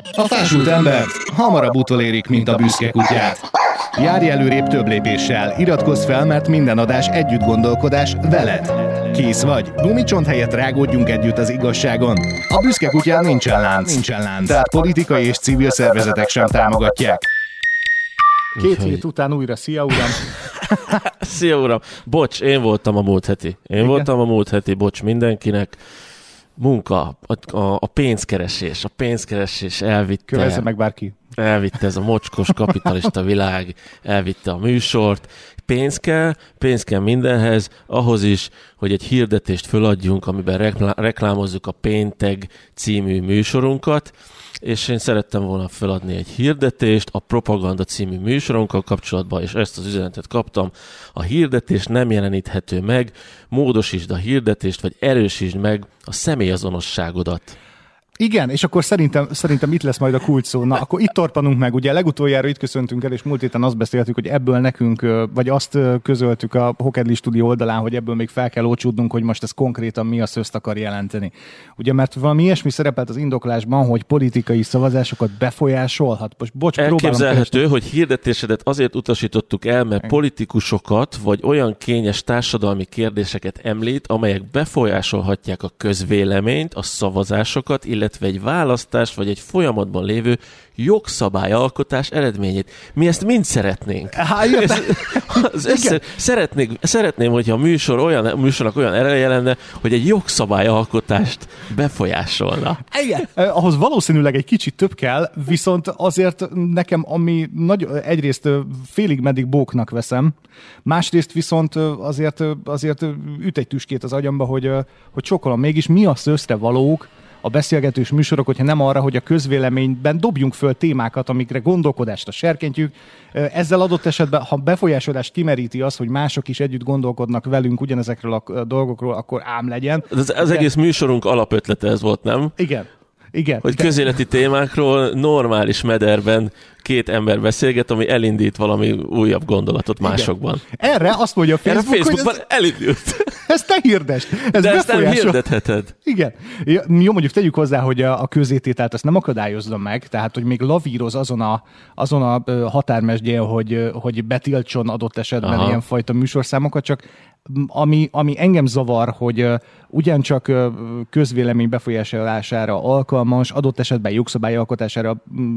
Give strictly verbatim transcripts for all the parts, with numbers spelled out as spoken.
A fásult embert hamarabb utolérik, mint a büszke kutyát. Járj előrébb több lépéssel, iratkozz fel, mert minden adás együtt gondolkodás veled. Kész vagy? Gumicsont helyett rágódjunk együtt az igazságon. A büszke kutyán nincsen lánc, nincsen lánc, tehát politikai és civil szervezetek sem támogatják. Két hét után újra, szia uram! Szia uram! Bocs, én voltam a múlt heti. Én Igen? voltam a múlt heti, bocs mindenkinek. Munka, a, a, a pénzkeresés, a pénzkeresés elvitte... Kövezze meg bárki. Elvitte ez a mocskos kapitalista világ, elvitte a műsort. Pénz kell, pénz kell mindenhez, ahhoz is, hogy egy hirdetést föladjunk, amiben reklá- reklámozzuk a Pénteg című műsorunkat, és én szerettem volna feladni egy hirdetést a Propaganda című műsorunkkal kapcsolatban, és ezt az üzenetet kaptam. A hirdetés nem jeleníthető meg, módosítsd a hirdetést, vagy erősítsd meg a személyazonosságodat. Igen, és akkor szerintem, szerintem itt lesz majd a kulcs szó. Na, akkor itt torpanunk meg. Ugye legutoljára itt köszöntünk el, és múlt héten azt beszéltük, hogy ebből nekünk, vagy azt közöltük a Hokedli Stúdió oldalán, hogy ebből még fel kell ócsúdnunk, hogy most ez konkrétan mi a szözt akar jelenteni. Ugye, mert valami ilyesmi szerepelt az indoklásban, hogy politikai szavazásokat befolyásolhat. Most bocs, elképzelhető, hogy hirdetésedet azért utasítottuk el, mert politikusokat, vagy olyan kényes társadalmi kérdéseket említ, amelyek befolyásolhatják a közvéleményt, a szavazásokat, illetve egy választás, vagy egy folyamatban lévő jogszabályalkotás eredményét. Mi ezt mind szeretnénk. Há, ez, az össze, szeretnék, szeretném, hogyha a műsor olyan, a műsornak olyan ereje lenne, hogy egy jogszabályalkotást befolyásolna. Igen. Ahhoz valószínűleg egy kicsit több kell, viszont azért nekem, ami nagy, egyrészt félig meddig bóknak veszem, másrészt viszont azért, azért üt egy tüskét az agyamba, hogy, hogy sokolom mégis mi a szöszre valók a beszélgetős műsorok, hogyha nem arra, hogy a közvéleményben dobjunk föl témákat, amikre gondolkodást a serkentjük. Ezzel adott esetben, ha befolyásolást kimeríti az, hogy mások is együtt gondolkodnak velünk ugyanezekről a dolgokról, akkor ám legyen. Az, az egész műsorunk alapötlete ez volt, nem? Igen. Igen. Hogy közéleti témákról normális mederben két ember beszélget, ami elindít valami újabb gondolatot másokban. Igen. Erre azt mondja a Facebook, Erre Facebookban hogy ez, elindult. Ezt te hirdesd. Ez De ezt nem hirdetheted. Igen. Jó, mondjuk tegyük hozzá, hogy a, a közétételt ezt nem akadályozza meg, tehát, hogy még lavíroz azon a, azon a határmesdjén, hogy, hogy betiltson adott esetben Aha. ilyenfajta műsorszámokat, csak ami, ami engem zavar, hogy ugyancsak közvélemény befolyásolására alkalmas, adott esetben jogszabályalkotására,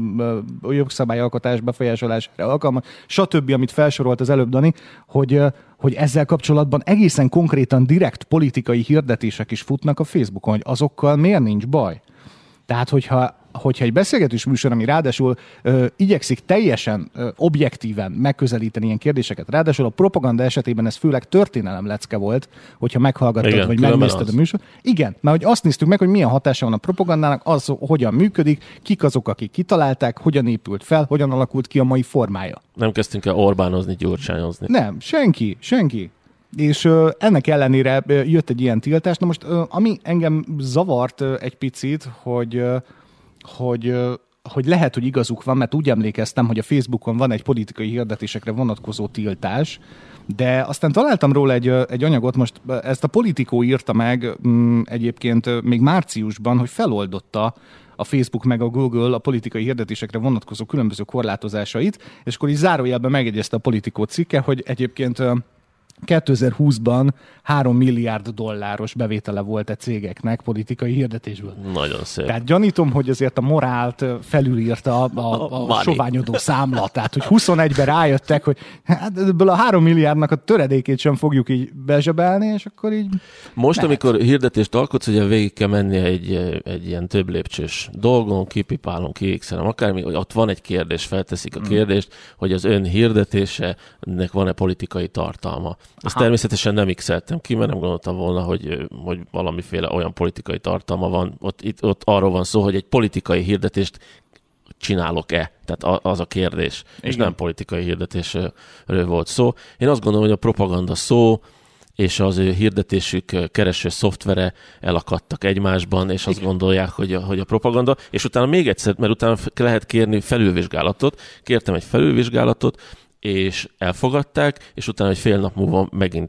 jogszabályalkotás befolyásolására alkalmas, stb., amit felsorolt az előbb Dani, hogy, hogy ezzel kapcsolatban egészen konkrétan direkt politikai hirdetések is futnak a Facebookon, hogy azokkal miért nincs baj? Tehát, hogyha hogyha egy beszélgetős műsor, ami ráadásul ö, igyekszik teljesen ö, objektíven megközelíteni ilyen kérdéseket, ráadásul a propaganda esetében ez főleg történelem lecke volt, hogyha meghallgattad, Igen, vagy megnézted a műsor. Igen, mert hogy azt néztük meg, hogy milyen hatása van a propagandának, az hogyan működik, kik azok, akik kitalálták, hogyan épült fel, hogyan alakult ki a mai formája. Nem kezdtünk el Orbánozni, gyurcsányozni. Nem, senki, senki. És ö, ennek ellenére ö, jött egy ilyen tiltás. Na most, ö, ami engem zavart ö, egy picit, hogy ö, Hogy, hogy lehet, hogy igazuk van, mert úgy emlékeztem, hogy a Facebookon van egy politikai hirdetésekre vonatkozó tiltás, de aztán találtam róla egy, egy anyagot, most ezt a Politikó írta meg egyébként még márciusban, hogy feloldotta a Facebook meg a Google a politikai hirdetésekre vonatkozó különböző korlátozásait, és akkor így zárójelben megjegyezte a Politikó cikke, hogy egyébként kétezer-húszban három milliárd dolláros bevétele volt a cégeknek politikai hirdetésből. Nagyon szép. Tehát gyanítom, hogy azért a morált felülírta a, a, a soványodó számla. Tehát, hogy huszonegyben rájöttek, hogy hát ebből a három milliárdnak a töredékét sem fogjuk így bezsebelni, és akkor így Most, mehet. amikor hirdetést alkotsz, ugye végig kell menni egy, egy ilyen több lépcsős dolgon, kipipálunk, kiékszerem, akármi, hogy ott van egy kérdés, felteszik a kérdést, hmm. hogy az ön hirdetésének van-e politikai tartalma. Ezt Aha. természetesen nem x-eltem ki, mert nem gondoltam volna, hogy, hogy valamiféle olyan politikai tartalma van. Ott, itt, ott arról van szó, hogy egy politikai hirdetést csinálok-e? Tehát az a kérdés. Igen. És nem politikai hirdetésről volt szó. Én azt gondolom, hogy a propaganda szó és az ő hirdetésük kereső szoftvere elakadtak egymásban, és azt Igen. gondolják, hogy a, hogy a propaganda, és utána még egyszer, mert utána lehet kérni felülvizsgálatot. Kértem egy felülvizsgálatot, és elfogadták, és utána egy fél nap múlva megint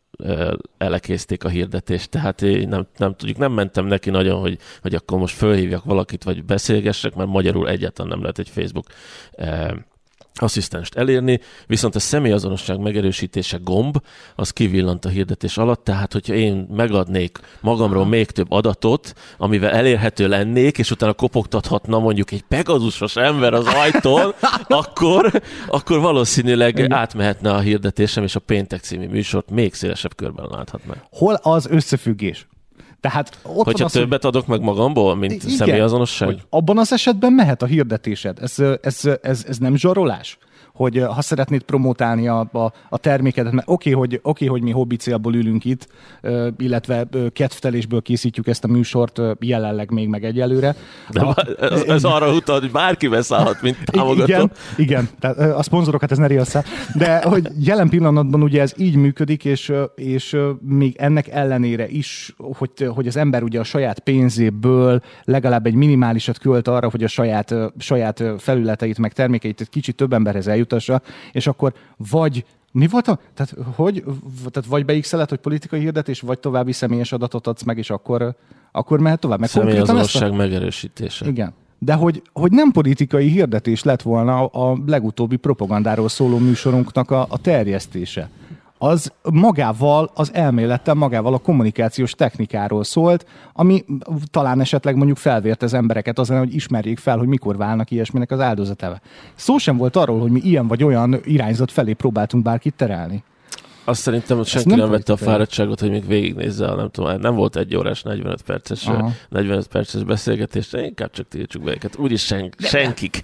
elekézték a hirdetést, tehát én nem, nem tudjuk, nem mentem neki nagyon, hogy, hogy akkor most fölhívjak valakit, vagy beszélgessek, mert magyarul egyáltalán nem lehet egy Facebook asszisztenst elérni, viszont a személyazonosság megerősítése gomb, az kivillant a hirdetés alatt, tehát hogyha én megadnék magamról még több adatot, amivel elérhető lennék, és utána kopogtathatna mondjuk egy Pegasusos ember az ajtón, akkor, akkor valószínűleg igen, átmehetne a hirdetésem, és a Péntek című műsort még szélesebb körben láthatná. Hol az összefüggés? Tehát ott Hogyha az, többet adok meg magamból, mint igen, személyazonosság? Abban az esetben mehet a hirdetésed. Ez, ez, ez, ez nem zsarolás? Hogy ha szeretnéd promotálni a, a, a termékedet, mert oké, okay, hogy, okay, hogy mi hobbi célból ülünk itt, illetve kedvtelésből készítjük ezt a műsort jelenleg még meg egyelőre. De a, ez, ez arra utal, hogy bárki beszállhat, mint támogató. Igen, igen, tehát a szponzorokat ez ne riasszál. De hogy jelen pillanatban ugye ez így működik, és, és még ennek ellenére is, hogy, hogy az ember ugye a saját pénzéből legalább egy minimálisat költ arra, hogy a saját, saját felületeit meg termékeit egy kicsit több emberhez eljut, és akkor vagy mi volt a, tehát, hogy, tehát vagy beixeled, hogy politikai hirdetés, vagy további személyes adatot adsz meg, és akkor, akkor mehet tovább. Személyazonosság megerősítése. Igen. De hogy, hogy nem politikai hirdetés lett volna a legutóbbi propagandáról szóló műsorunknak a, a terjesztése. Az magával, az elmélettel, magával a kommunikációs technikáról szólt, ami talán esetleg mondjuk felvért az embereket azon, hogy ismerjék fel, hogy mikor válnak ilyesminek az áldozatává. Szó sem volt arról, hogy mi ilyen vagy olyan irányzat felé próbáltunk bárkit terelni. Azt szerintem, hogy senki nem, nem vette a fáradtságot, hogy még végignézze, nem tudom, nem volt egy órás, negyvenöt perces, Aha. negyvenöt perces beszélgetés, de inkább csak tiltsuk be őket. Úgyis sen, senkik.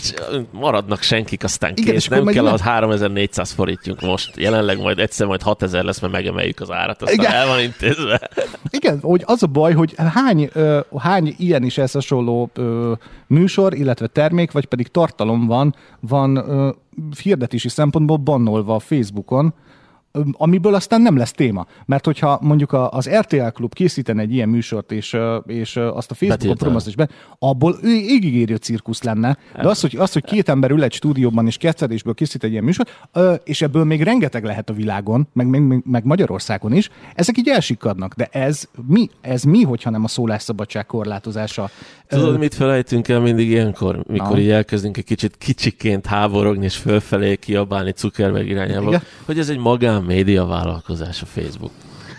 Maradnak senkik, aztán igen, kész. Nem kell az háromezer-négyszáz forintjunk most. Jelenleg majd egyszer majd hatezer lesz, mert megemeljük az árat, aztán igen, el van intézve. Igen, hogy az a baj, hogy hány, uh, hány ilyen is ez hasonló uh, műsor, illetve termék, vagy pedig tartalom van, van uh, hirdetési szempontból bannolva a Facebookon, amiből aztán nem lesz téma. Mert hogyha mondjuk az er té el Klub készítene egy ilyen műsort, és, és azt a Facebookon promózás be, abból égigérő cirkusz lenne. De az hogy, az, hogy két ember ül egy stúdióban, és kettedésből készít egy ilyen műsort, és ebből még rengeteg lehet a világon, meg, meg, meg Magyarországon is, ezek így elsikkadnak. De ez mi, ez mi, hogyha nem a szólásszabadság korlátozása? Tudod, mit felejtünk el mindig ilyenkor, mikor ah. így elkezdünk egy kicsit kicsiként háborogni, és fölfelé kiabálni Zuckerberg irányába, igen, hogy ez egy magán média vállalkozás a Facebook.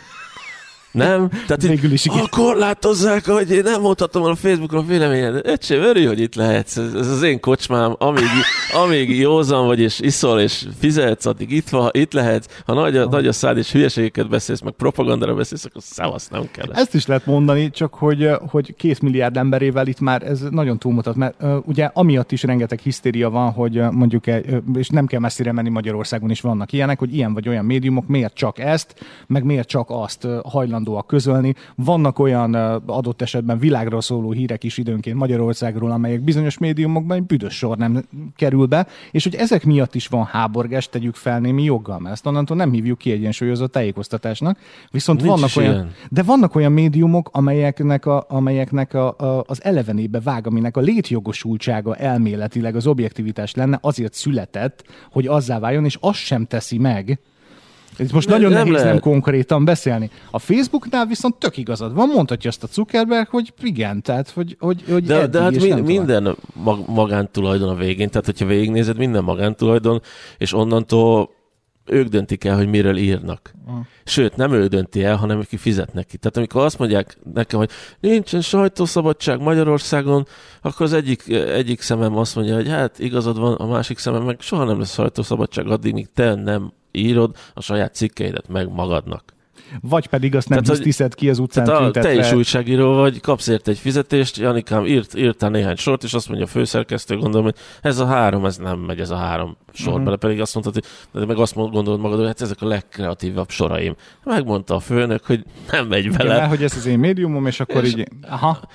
Nem? Tehát így, korlátozzák, hogy én nem mondhatom a Facebookon a véleményed. Öcsém, örülj, hogy itt lehetsz. Ez, ez az én kocsmám. Amíg, amíg józan vagy, és iszol, és fizetsz, addig itt, van, itt lehetsz. Ha nagy a, oh. nagy a szád, és hülyeségeket beszélsz, meg propagandára beszélsz, akkor szavasz, nem kell. Ezt is lehet mondani, csak hogy, hogy két milliárd emberével itt már ez nagyon túlmutat, mert uh, ugye amiatt is rengeteg hisztéria van, hogy uh, mondjuk, uh, és nem kell messzire menni, Magyarországon is vannak ilyenek, hogy ilyen vagy olyan médiumok miért csak ezt, meg miért csak azt uh, hajlandó a közölni. Vannak olyan adott esetben világról szóló hírek is időnként Magyarországról, amelyek bizonyos médiumokban egy büdös sor nem kerül be, és hogy ezek miatt is van háborgás, tegyük fel némi joggal, mert ezt onnantól nem hívjuk kiegyensúlyozott tájékoztatásnak. Viszont Nincs vannak olyan, ilyen. De vannak olyan médiumok, amelyeknek, a, amelyeknek a, a, az elevenébe vág, aminek a létjogosultsága elméletileg az objektivitás lenne, azért született, hogy azzá váljon, és azt sem teszi meg. Ez most nem, nagyon nem nehéz lehet. Nem konkrétan beszélni. A Facebooknál viszont tök igazad van, mondhatja azt a Zuckerberg, hogy igen, tehát hogy, hogy, hogy de, de hát mi, minden mag, magántulajdon a végén, tehát hogyha végignézed, minden magántulajdon, és onnantól ők döntik el, hogy miről írnak. Uh. Sőt, nem ő dönti el, hanem aki fizet neki. Tehát amikor azt mondják nekem, hogy nincsen sajtószabadság Magyarországon, akkor az egyik, egyik szemem azt mondja, hogy hát igazad van, a másik szemem meg soha nem lesz sajtószabadság addig, míg te nem írod a saját cikkeidet meg magadnak. Vagy pedig azt nem tisztelt ki az utcán tüntetve. Te is újságíró vagy, kapsz érte egy fizetést, Janikám írt, írtál néhány sort, és azt mondja a főszerkesztő, gondolom, hogy ez a három, ez nem megy, ez a három sor uh-huh. bele, pedig azt mondtad, hogy meg azt gondolod magad, hogy hát ezek a legkreatívabb soraim. Megmondta a főnök, hogy nem megy vele. Igen, hogy ez az én médiumom, és akkor és így... Aha.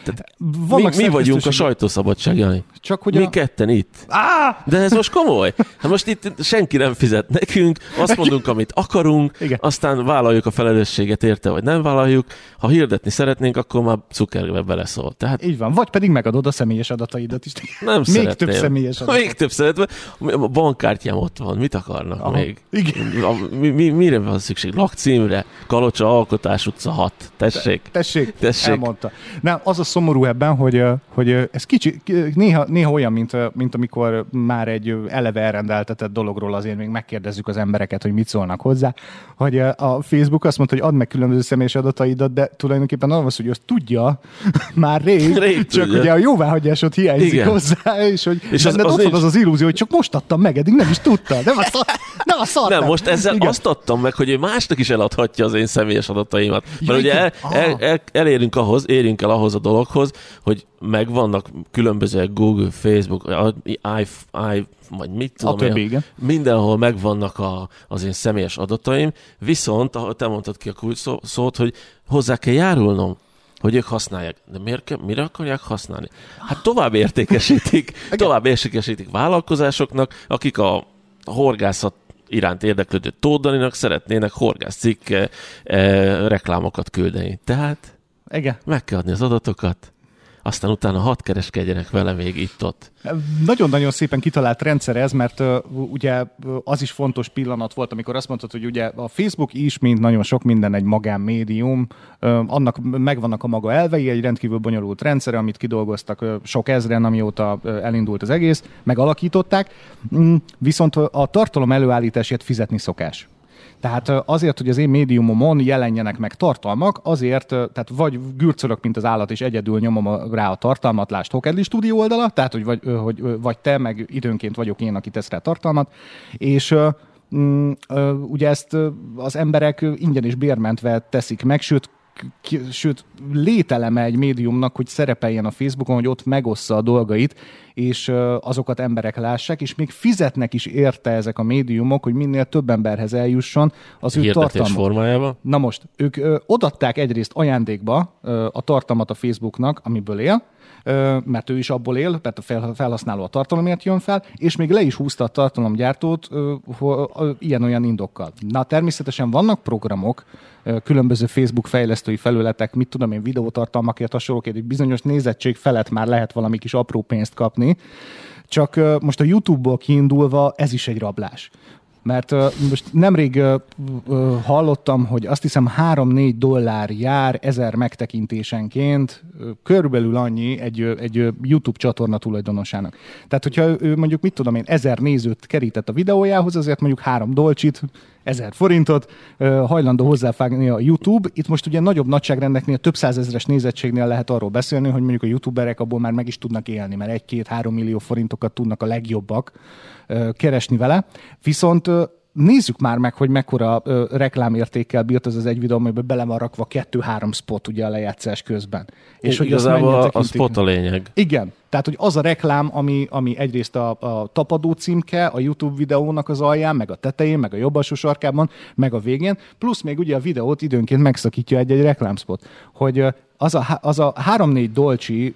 Mi, mi vagyunk a sajtószabadság, Jani. Csak hogy mi a... ketten itt. Ah! De ez most komoly. Hát most itt senki nem fizet nekünk, azt mondunk, amit akarunk, igen. Aztán vállaljuk a felelősséget érte, vagy nem vállaljuk. Ha hirdetni szeretnénk, akkor már Zuckerberg beleszól. Tehát... Így van. Vagy pedig megadod a személyes adataidat is. Nem még szeretném. több személyes adatot. Még több szeretném. A bankkártyám ott van. Mit akarnak Aha. még? Igen. A, mi, mi, mire van szükség? Lakcímre? Kalocsa Alkotás utca hat. Tessék. Tessék. Tessék. Elmondta. Nem, az a szomorú ebben, hogy, hogy ez kicsi, néha, néha olyan, mint, mint amikor már egy eleve elrendeltetett dologról azért még megkérdezzük az embereket, hogy mit szólnak hozzá, hogy a Facebook azt mondta, hogy add meg különböző személyes adataidat, de tulajdonképpen az, hogy azt tudja már rég, rég csak tudja. Ugye a jóváhagyásod hiányzik Igen. hozzá, és hogy és az, az ott van az az illúzió, hogy csak most adtam meg, eddig nem is tudta. Nem a, szar, nem a szar, Nem, most ezzel Igen. azt adtam meg, hogy ő másnak is eladhatja az én személyes adataimat. Mert ja, ugye el, el, el, elérünk ahhoz, érünk el ahhoz a dologhoz, hogy megvannak különböző Google, Facebook, i, i, vagy mit tudom én, többi, mindenhol megvannak a, az én személyes adataim, viszont, ahogy te mondtad ki a kulcs szó, szót, hogy hozzá kell járulnom, hogy ők használják. De miért kell, mire akarják használni? Hát tovább értékesítik, tovább értékesítik vállalkozásoknak, akik a horgászat iránt érdeklődő Tóth Daninak szeretnének horgászcikk eh, reklámokat küldeni. Tehát Igen. meg kell adni az adatokat, aztán utána hadd kereskedjenek vele még itt-ott. Nagyon-nagyon szépen kitalált rendszer ez, mert uh, ugye az is fontos pillanat volt, amikor azt mondtad, hogy ugye a Facebook is, mint nagyon sok minden egy magánmédium, uh, annak megvannak a maga elvei, egy rendkívül bonyolult rendszer, amit kidolgoztak uh, sok ezren, amióta uh, elindult az egész, megalakították, mm, viszont a tartalom előállításért fizetni szokás. Tehát azért, hogy az én médiumomon jelenjenek meg tartalmak, azért, tehát vagy gürcölök, mint az állat, és egyedül nyomom rá a tartalmat, lásd Hokedli stúdió oldala, tehát hogy vagy, hogy vagy te, meg időnként vagyok én, aki tesz rá tartalmat, és mm, ugye ezt az emberek ingyen és bérmentve teszik meg, sőt, Ki, sőt, lételeme egy médiumnak, hogy szerepeljen a Facebookon, hogy ott megossza a dolgait, és azokat emberek lássák, és még fizetnek is érte ezek a médiumok, hogy minél több emberhez eljusson az ő tartalmuk. Formájában? Na most, ők ö, odatták egyrészt ajándékba ö, a tartalmat a Facebooknak, amiből él, ö, mert ő is abból él, mert a fel, felhasználó a tartalomért jön fel, és még le is húzta a tartalomgyártót ö, ö, ö, ilyen-olyan indokkal. Na, természetesen vannak programok, különböző Facebook fejlesztői felületek, mit tudom én, videótartalmakért, hasonlókért, egy bizonyos nézettség felett már lehet valami kis apró pénzt kapni. Csak most a YouTube-ból kiindulva ez is egy rablás. Mert uh, most nemrég uh, uh, hallottam, hogy azt hiszem három-négy dollár jár ezer megtekintésenként, uh, körülbelül annyi egy, uh, egy uh, YouTube csatorna tulajdonosának. Tehát, hogyha ő mondjuk, mit tudom én, ezer nézőt kerített a videójához, azért mondjuk három dolcsit, ezer forintot uh, hajlandó hozzáfágni a YouTube. Itt most ugye nagyobb nagyságrendeknél, több százezres nézettségnél lehet arról beszélni, hogy mondjuk a youtuberek abból már meg is tudnak élni, mert egy-két-három millió forintokat tudnak a legjobbak uh, keresni vele. Viszont uh, nézzük már meg, hogy mekkora uh, reklámértékkel bírt az az egy videó, amiben bele van rakva kettő-három spot ugye a lejátszás közben. És hogy igazából a, a spot a lényeg. Igen. Tehát, hogy az a reklám, ami, ami egyrészt a, a tapadó címke a YouTube videónak az alján, meg a tetején, meg a jobb alsó sarkában, meg a végén, plusz még ugye a videót időnként megszakítja egy-egy reklámspot. Hogy az a, az a három-négy dolcsi,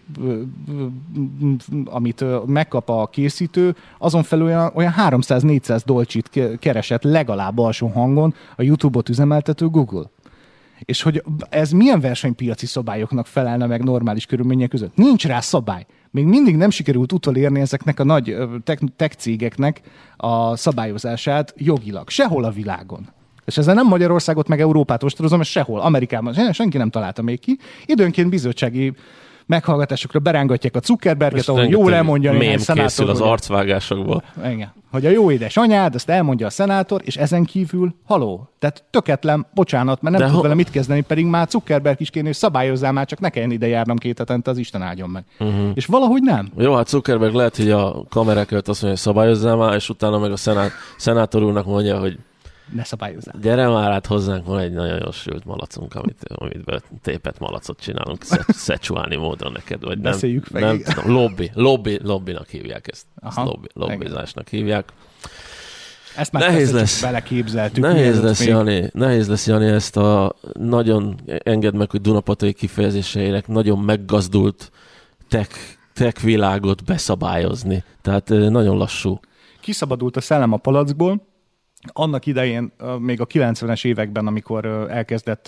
amit megkap a készítő, azon felül olyan, olyan háromszáz-négyszáz dolcsit keresett legalább alsó hangon a YouTube-ot üzemeltető Google. És hogy ez milyen versenypiaci szabályoknak felelne meg normális körülmények között? Nincs rá szabály. Még mindig nem sikerült utolérni ezeknek a nagy tech, tech cégeknek a szabályozását jogilag. Sehol a világon. És ezzel nem Magyarországot meg Európát ostorozom, és sehol. Amerikában senki nem találta még ki. Időnként bizottsági meghallgatásokra berángatják a Zuckerberget, ahol jól elmondja, hogy szenátor készül az arcvágásokból. Igen. Hogy a jó édes anyád, azt elmondja a szenátor, és ezen kívül haló. Tehát töketlen, bocsánat, mert nem De tud ho- vele mit kezdeni, pedig már Zuckerberg is kéne, hogy szabályozzál már, csak ne kelljen ide járnom két hetente, az Isten áldjon meg. Uh-huh. És valahogy nem. Jó, hát Zuckerberg lehet, hogy a kamerák előtt azt mondja, hogy szabályozzál már, és utána meg a szenát, szenátor úrnak mondja, hogy ne szabályozzál. Gyere már át hozzánk, van egy nagyon jól sült malacunk, amit, amit tépet malacot csinálunk, szecsuáni módon neked, vagy nem. Beszéljük meg. Nem tudom, lobby, lobby, lobbynak hívják ezt. ezt lobby, lobbizásnak hívják. Ezt már nehéz lesz, beleképzeltük. Nehéz lesz, Jani, nehéz lesz, Jani, ezt a nagyon, engedd meg, hogy dunapatai kifejezéseire nagyon meggazdult tech, tech világot beszabályozni. Tehát nagyon lassú. Kiszabadult a szellem a palackból. Annak idején, még a kilencvenes években, amikor elkezdett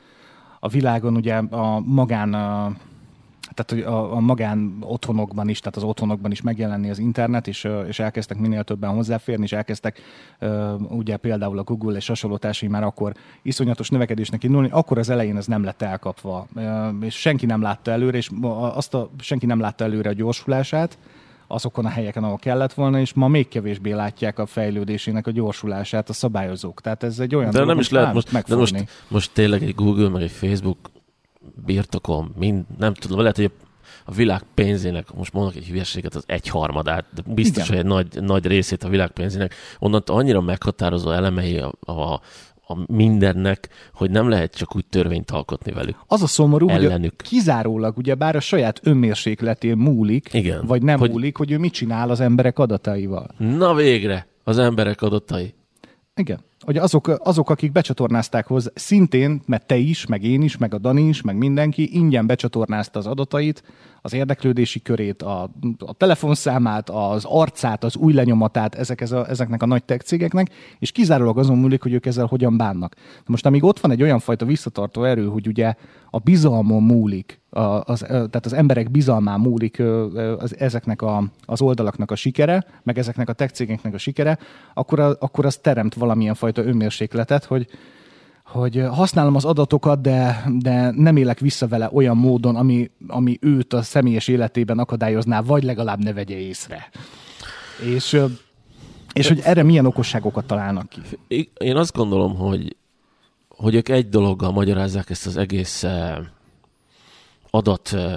a világon ugye a magán, tehát a, a magán otthonokban is, tehát az otthonokban is megjelenni az internet, és, és elkezdtek minél többen hozzáférni, és elkezdtek ugye például a Google és hasonló társai már akkor iszonyatos növekedésnek indulni, akkor az elején ez nem lett elkapva, és senki nem látta előre, és azt a, senki nem látta előre a gyorsulását azokon a helyeken, ahol kellett volna, és ma még kevésbé látják a fejlődésének a gyorsulását a szabályozók. Tehát ez egy olyan de dolog, nem is lehet most, de most, most, most tényleg egy Google, meg egy Facebook birtokom, mind, nem tudom, lehet, hogy a világ pénzének, most mondok egy hülyeséget, az egyharmadát, de biztos, igen, hogy egy nagy, nagy részét a világ pénzének, onnantól annyira meghatározó elemei a, a a mindennek, hogy nem lehet csak úgy törvényt alkotni velük. Az a szomorú, ellenük. Hogy kizárólag ugye bár a saját önmérsékletén múlik, igen, vagy nem hogy... múlik, hogy ő mit csinál az emberek adataival. Na végre, az emberek adatai. Igen. Hogy azok, azok, akik becsatornázták hozzá, szintén, mert te is, meg én is, meg a Dani is, meg mindenki ingyen becsatornázta az adatait, az érdeklődési körét, a, a telefonszámát, az arcát, az új lenyomatát ezek, ez a, ezeknek a nagy tech cégeknek, és kizárólag azon múlik, hogy ők ezzel hogyan bánnak. Most amíg ott van egy olyan fajta visszatartó erő, hogy ugye a bizalmon múlik, az, tehát az emberek bizalmán múlik az, ezeknek a, az oldalaknak a sikere, meg ezeknek a tech cégeknek a sikere, akkor, a, akkor az teremt valamilyen fajta önmérsékletet, hogy, hogy használom az adatokat, de, de nem élek vissza vele olyan módon, ami, ami őt a személyes életében akadályozná, vagy legalább ne vegye észre. És, és hogy erre milyen okosságokat találnak ki? Én azt gondolom, hogy, hogy ők egy dologgal magyarázzák ezt az egész adat,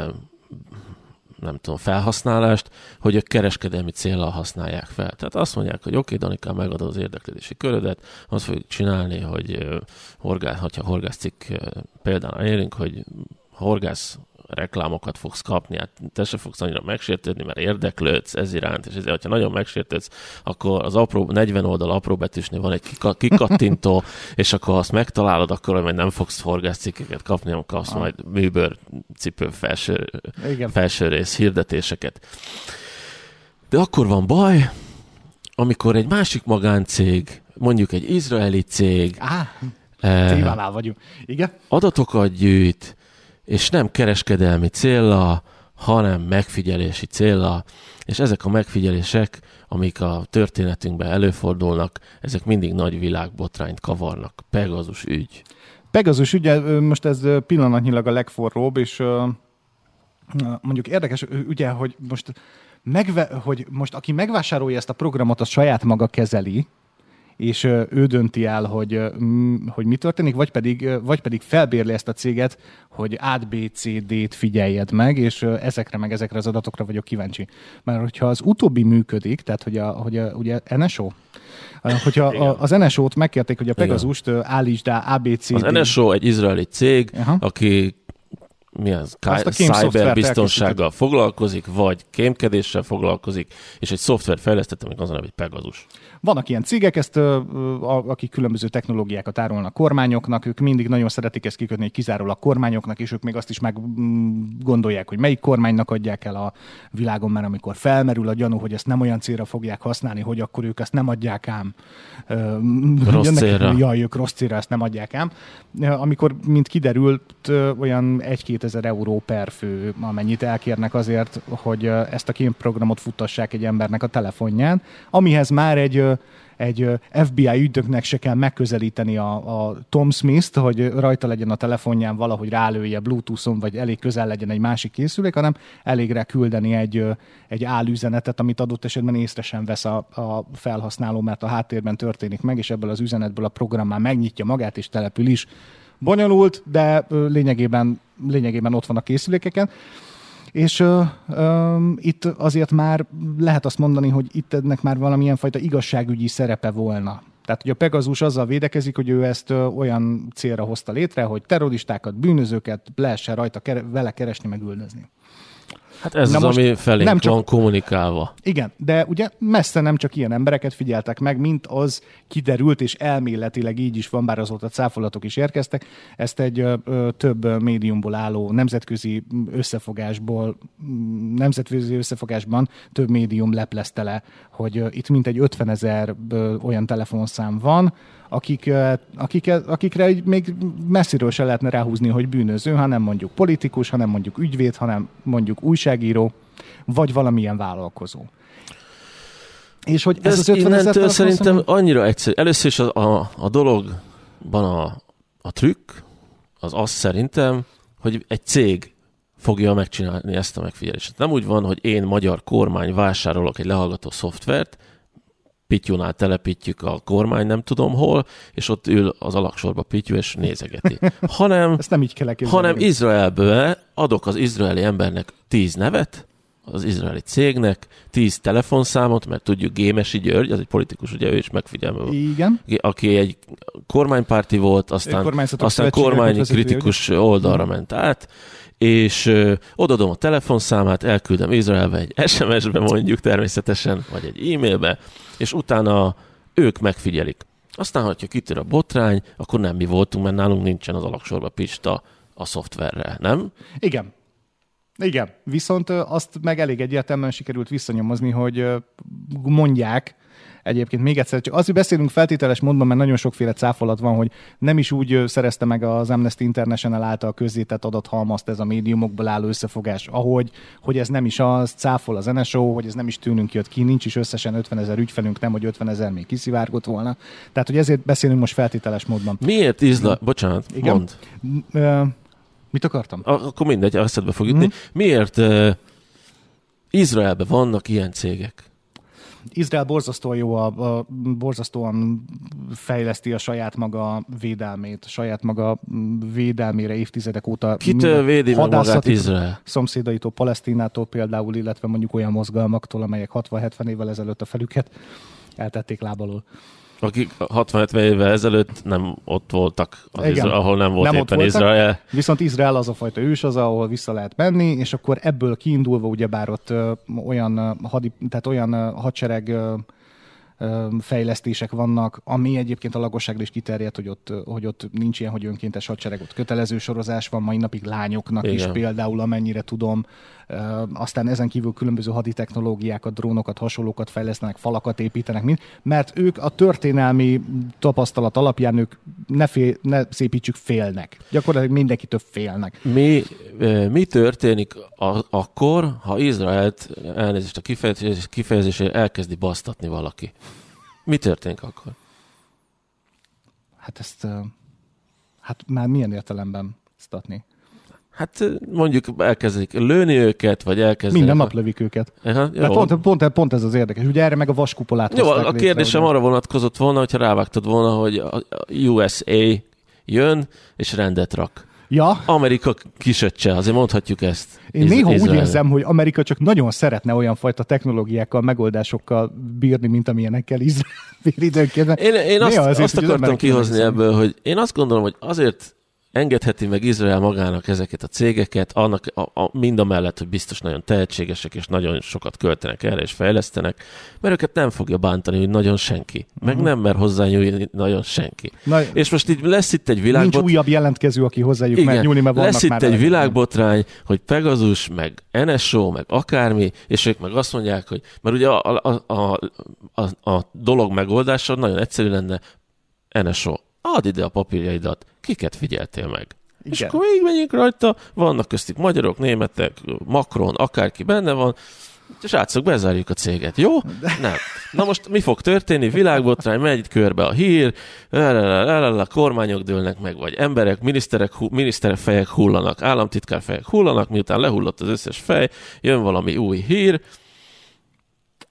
nem tudom, felhasználást, hogy ők kereskedelmi céllal használják fel. Tehát azt mondják, hogy oké, okay, Danikám, megadod az érdeklődési körödet, azt fogjuk csinálni, hogy horgász, ha horgászcikk például érünk, hogy horgász reklámokat fogsz kapni, hát te se fogsz annyira megsértődni, mert érdeklődsz ez iránt, és ezért, hogyha nagyon megsértődsz, akkor az apró, negyven oldal apró betűsnél van egy kikattintó, és akkor azt megtalálod, akkor majd nem fogsz horgászcikkeket kapni, hanem kapsz ah. majd műbőr cipő felső, felső rész hirdetéseket. De akkor van baj, amikor egy másik magáncég, mondjuk egy izraeli cég, ah, eh, vagyunk. Igen? adatokat gyűjt, és nem kereskedelmi céllal, hanem megfigyelési céllal, és ezek a megfigyelések, amik a történetünkben előfordulnak, ezek mindig nagy világbotrányt kavarnak. Pegasus ügy. Pegasus ügy, most ez pillanatnyilag a legforróbb, és mondjuk érdekes, ugye, hogy most, megve, hogy most aki megvásárolja ezt a programot, az saját maga kezeli, és ő dönti el, hogy, hogy mi történik, vagy pedig, vagy pedig felbérli ezt a céget, hogy át bé cé dét figyeljed meg, és ezekre meg ezekre az adatokra vagyok kíváncsi. Mert hogyha az utóbbi működik, tehát hogy, a, hogy a, ugye en es o, hogyha a, az en es o-t megkérték, hogy a Pegazust állítsd rá á bé cé dé. Az en es o egy izraeli cég, aha, aki mi az? Cyberbiztonsággal foglalkozik, vagy kémkedéssel foglalkozik, és egy szoftvert fejlesztett, amik azon, hogy Pegasus. Vannak ilyen cégek, ezt, akik különböző technológiákat árulnak kormányoknak, ők mindig nagyon szeretik ezt kikötni, hogy kizárólag kormányoknak, és ők még azt is meg gondolják, hogy melyik kormánynak adják el a világon, mert amikor felmerül a gyanú, hogy ezt nem olyan célra fogják használni, hogy akkor ők ezt nem adják ám. Rossz célra. Jaj, ők rossz célra ezt nem adják ám. Amikor, mint kiderült, olyan egy-két ezer euró per fő, amennyit elkérnek azért, hogy ezt a kémprogramot futtassák egy embernek a telefonján, amihez már egy egy ef bé i ügynöknek se kell megközelíteni a, a Tom Smith-t, hogy rajta legyen a telefonján valahogy rálője Bluetooth-on, vagy elég közel legyen egy másik készülék, hanem elég rá küldeni egy, egy álüzenetet, amit adott esetben észre sem vesz a, a felhasználó, mert a háttérben történik meg, és ebből az üzenetből a program már megnyitja magát, és települ is. Bonyolult, de lényegében, lényegében ott van a készülékeken. És uh, um, itt azért már lehet azt mondani, hogy itt ennek már valamilyen fajta igazságügyi szerepe volna. Tehát, hogy a Pegasus azzal védekezik, hogy ő ezt uh, olyan célra hozta létre, hogy terroristákat, bűnözőket lehessen rajta kere- vele keresni, meg üldözni. Hát ez Na az, most ami felénk nem csak, van kommunikálva. Igen, de ugye messze nem csak ilyen embereket figyeltek meg, mint az kiderült, és elméletileg így is van, bár azóta cáfolatok is érkeztek. Ezt egy ö, több médiumból álló nemzetközi összefogásból, nemzetközi összefogásban több médium leplezte le, hogy ö, itt mintegy ötvenezer olyan telefonszám van, akik, akik, akikre még messziről se lehetne ráhúzni, hogy bűnöző, hanem mondjuk politikus, hanem mondjuk ügyvéd, hanem mondjuk újságíró, vagy valamilyen vállalkozó. És hogy ez, ez az ötvenezer szerintem mondom, annyira egyszerű. Először is a, a, a dologban a, a trükk, az az szerintem, hogy egy cég fogja megcsinálni ezt a megfigyelést. Nem úgy van, hogy én, magyar kormány vásárolok egy lehallgató szoftvert, Pittyúnál telepítjük a kormány nem tudom hol, és ott ül az alaksorba Pittyú, és nézegeti. Hanem, Ezt nem így kell hanem Izraelből adok az izraeli embernek tíz nevet, az izraeli cégnek, tíz telefonszámot, mert tudjuk Gémesi György, az egy politikus, ugye ő is megfigyelmű. Igen. Aki egy kormánypárti volt, aztán, aztán kormányi kritikus oldalra ment át, és ö, odadom a telefonszámát, elküldöm Izraelbe egy es em es-be mondjuk természetesen, vagy egy e-mailbe, és utána ők megfigyelik. Aztán, ha kitör a botrány, akkor nem mi voltunk, mert nálunk nincsen az alaksorba Pista a szoftverrel, nem? Igen. Igen, viszont azt meg elég egyértelműen sikerült visszanyomozni, hogy mondják, egyébként még egyszer, csak azért beszélünk feltételes módban, mert nagyon sokféle cáfolat van, hogy nem is úgy szerezte meg az Amnesty International által közzétett adathalmazt ez a médiumokból álló összefogás, ahogy, hogy ez nem is az, cáfol az en es o, hogy ez nem is tőlünk jött ki, nincs is összesen ötvenezer ügyfelünk, nem, hogy ötvenezer még kiszivárgott volna. Tehát, hogy ezért beszélünk most feltételes módban. Miért Izrael? Bocsánat, igen. Mondd. Uh, mit akartam? Akkor mindegy, eszedbe fog jutni. Hmm. Miért uh, Izraelben vannak ilyen cégek? Izrael borzasztóan jó, a, a, borzasztóan fejleszti a saját maga védelmét, a saját maga védelmére évtizedek óta. Kitől védi meg magát Izrael? Szomszédaitól, Palesztinától például, illetve mondjuk olyan mozgalmaktól, amelyek hatvan-hetven évvel ezelőtt a felüket eltették lábalól. Akik hatvan-hetven évvel ezelőtt nem ott voltak, az Izrael, ahol nem volt nem éppen Izrael. Viszont Izrael az a fajta ős az, ahol vissza lehet menni, és akkor ebből kiindulva ugyebár ott ö, olyan, ö, hadi, tehát olyan ö, hadsereg ö, ö, fejlesztések vannak, ami egyébként a lakosságra is kiterjedt, hogy ott, hogy ott nincs ilyen, hogy önkéntes hadsereg, ott kötelező sorozás van, mai napig lányoknak Igen. is például, amennyire tudom. Ö, aztán ezen kívül különböző haditechnológiákat, drónokat, hasonlókat fejlesztenek, falakat építenek, mind, mert ők a történelmi tapasztalat alapján ők ne, fél, ne szépítsük félnek. Gyakorlatilag mindenkitől félnek. Mi, mi történik a, akkor, ha Izraelt, elnézést a kifejezés, kifejezésére elkezdi basztatni valaki? Mi történik akkor? Hát ezt, hát már milyen értelemben basztatni? Hát mondjuk elkezdik lőni őket, vagy elkezdik... Minden nap lövik őket. Aha, pont, pont, pont ez az érdekes. Ugye erre meg a vaskupolát Jó, a kérdésem arra vonatkozott volna, hogyha rávágtad volna, hogy a u es á jön, és rendet rak. Ja. Amerika kisöccse, azért mondhatjuk ezt. Én Iz- néha Izrael. Úgy érzem, hogy Amerika csak nagyon szeretne olyan fajta technológiákkal, megoldásokkal bírni, mint amilyenekkel Izrael bír időnként. Én, én azt, azért, azt akartam kihozni ebből, hogy én azt gondolom, hogy azért engedheti meg Izrael magának ezeket a cégeket, annak a, a, mind a mellett, hogy biztos nagyon tehetségesek, és nagyon sokat költenek erre, és fejlesztenek, mert őket nem fogja bántani, hogy nagyon senki. Meg uh-huh. nem mer hozzányúlni nagyon senki. Na, és most így lesz itt egy világbot... Nincs újabb jelentkező, aki hozzájuk mer nyúlni, mert vannak lesz itt már egy világbotrány, hogy Pegasus, meg en es o, meg akármi, és ők meg azt mondják, hogy... Mert ugye a, a, a, a, a dolog megoldása nagyon egyszerű lenne, en es o. Add ide a papírjaidat, kiket figyeltél meg. Igen. És akkor még menjünk rajta, vannak köztük magyarok, németek, Macron, akárki benne van, és átszok, bezárjuk a céget, jó? Nem. Na most mi fog történni? Világbotrány, megy körbe a hír, a kormányok dőlnek meg, vagy emberek, miniszterek, miniszterfejek hullanak, államtitkárfejek hullanak, miután lehullott az összes fej, jön valami új hír.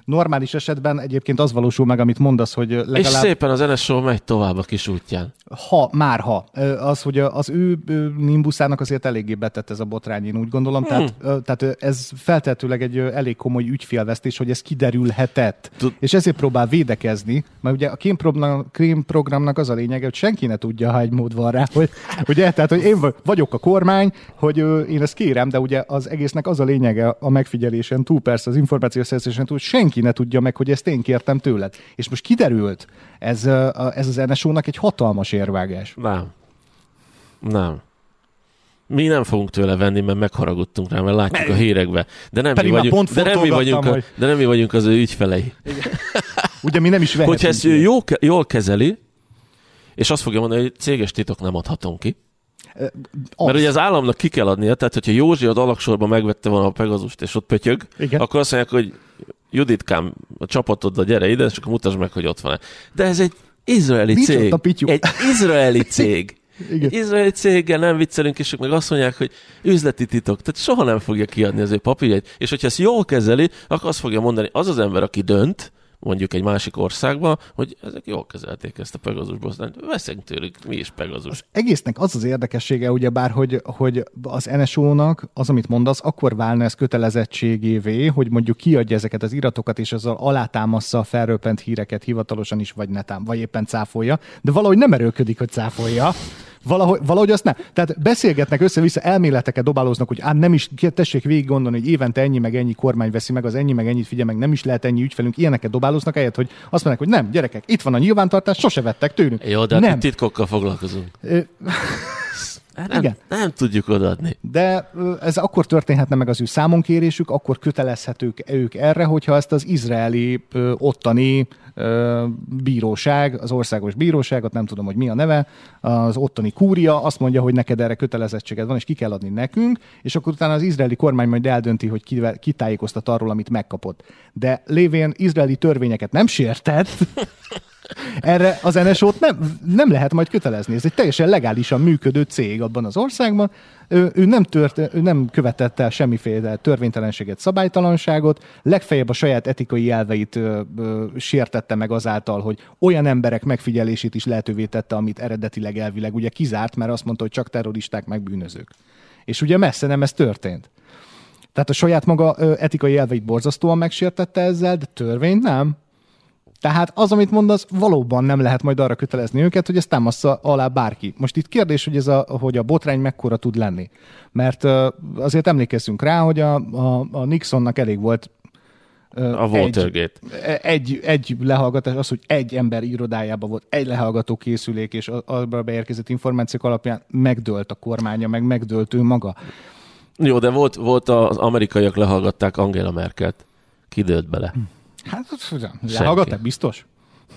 normális esetben egyébként az valósul meg, amit mondasz, hogy legalább... És szépen az en es o megy tovább a kis útján. Ha, már ha. Az, hogy az ő Nimbuszának azért eléggé betett ez a botrány, én úgy gondolom. Hmm. Tehát, tehát ez feltehetőleg egy elég komoly ügyfélvesztés, hogy ez kiderülhetett. Tud... És ezért próbál védekezni, mert ugye a Krém programnak az a lényege, hogy senki ne tudja, ha egy mód van rá, hogy, ugye, tehát, hogy én vagyok a kormány, hogy én ezt kérem, de ugye az egésznek az a lényege a megfigyelésen túl, persze az információszerzésen túl, senki ne tudja meg, hogy ezt én kértem tőled. És most kiderült, ez, ez az en es o-nak egy hatalmas érvágás. Nem. Nem. Mi nem fogunk tőle venni, mert megharagudtunk rá, mert látjuk a hírekbe. De nem, mi vagyunk, de nem mi vagyunk, a, de nem mi vagyunk az ő ügyfelei. Ugye mi nem is vehetünk. Hogyha ezt ő jól, jól kezeli, és azt fogja mondani, hogy céges titok nem adhatom ki. Az. Mert ugye az államnak ki kell adnia, tehát hogyha Józsi az alaksorban megvette volna a Pegazust, és ott pötyög, igen, akkor azt mondják, hogy Juditkám, a csapatoddal gyere ide, és akkor mutasd meg, hogy ott van-e. De ez egy izraeli Mit cég. Egy izraeli cég. Igen. Egy izraeli céggel nem viccelünk, és ők meg azt mondják, hogy üzleti titok. Tehát soha nem fogja kiadni az ő papírjait. És hogyha ezt jól kezeli, akkor azt fogja mondani az az ember, aki dönt, mondjuk egy másik országban, hogy ezek jól kezelték ezt a Pegazus bosztányt. Veszünk tőlük, mi is Pegazus. Az egésznek az az érdekessége, ugyebár, hogy, hogy az en es o-nak az, amit mondasz, akkor válna ez kötelezettségévé, hogy mondjuk kiadja ezeket az iratokat, és azzal alátámassza a felröppent híreket hivatalosan is, vagy netán, vagy éppen cáfolja, de valahogy nem erőlködik, hogy cáfolja. Valahogy, valahogy azt nem. Tehát beszélgetnek össze-vissza, elméleteket dobálóznak, hogy ám nem is, tessék végig gondolni, hogy évente ennyi meg ennyi kormány veszi meg, az ennyi meg ennyit figyel meg, nem is lehet ennyi ügyfelünk, ilyeneket dobálóznak, helyett, hogy azt mondják, hogy nem, gyerekek, itt van a nyilvántartás, sose vettek tőlünk. Jó, de hát titkokkal foglalkozunk. Nem, igen. Nem tudjuk odaadni. De ez akkor történhetne meg az ő számonkérésük, akkor kötelezhetők ők erre, hogyha ezt az izraeli ottani bíróság, az országos bíróságot, nem tudom, hogy mi a neve, az ottani kúria azt mondja, hogy neked erre kötelezettséged van, és ki kell adni nekünk, és akkor utána az izraeli kormány majd eldönti, hogy kitájékoztat arról, amit megkapott. De lévén izraeli törvényeket nem sértett, erre az en es o-t nem, nem lehet majd kötelezni. Ez egy teljesen legálisan működő cég abban az országban. Ő, ő, nem, tört, ő nem követett el semmiféle törvénytelenséget, szabálytalanságot, legfeljebb a saját etikai elveit ö, ö, sértette meg azáltal, hogy olyan emberek megfigyelését is lehetővé tette, amit eredetileg elvileg ugye kizárt, mert azt mondta, hogy csak terroristák meg bűnözők. És ugye messze nem ez történt. Tehát a saját maga ö, etikai elveit borzasztóan megsértette ezzel, de törvényt nem. Tehát az, amit mondasz, valóban nem lehet majd arra kötelezni őket, hogy ezt támassza alá bárki. Most itt kérdés, hogy, ez a, hogy a botrány mekkora tud lenni. Mert uh, azért emlékezzünk rá, hogy a, a, a Nixonnak elég volt uh, a Watergate. Egy, egy, egy lehallgatás, az, hogy egy ember irodájában volt egy lehallgató készülék, és arra beérkezett információk alapján megdőlt a kormánya, meg megdőlt ő maga. Jó, de volt, volt az amerikaiak lehallgatták Angela Merkelt. Kidőlt bele. Hm. Hát, ugyan, lehallgatták, biztos?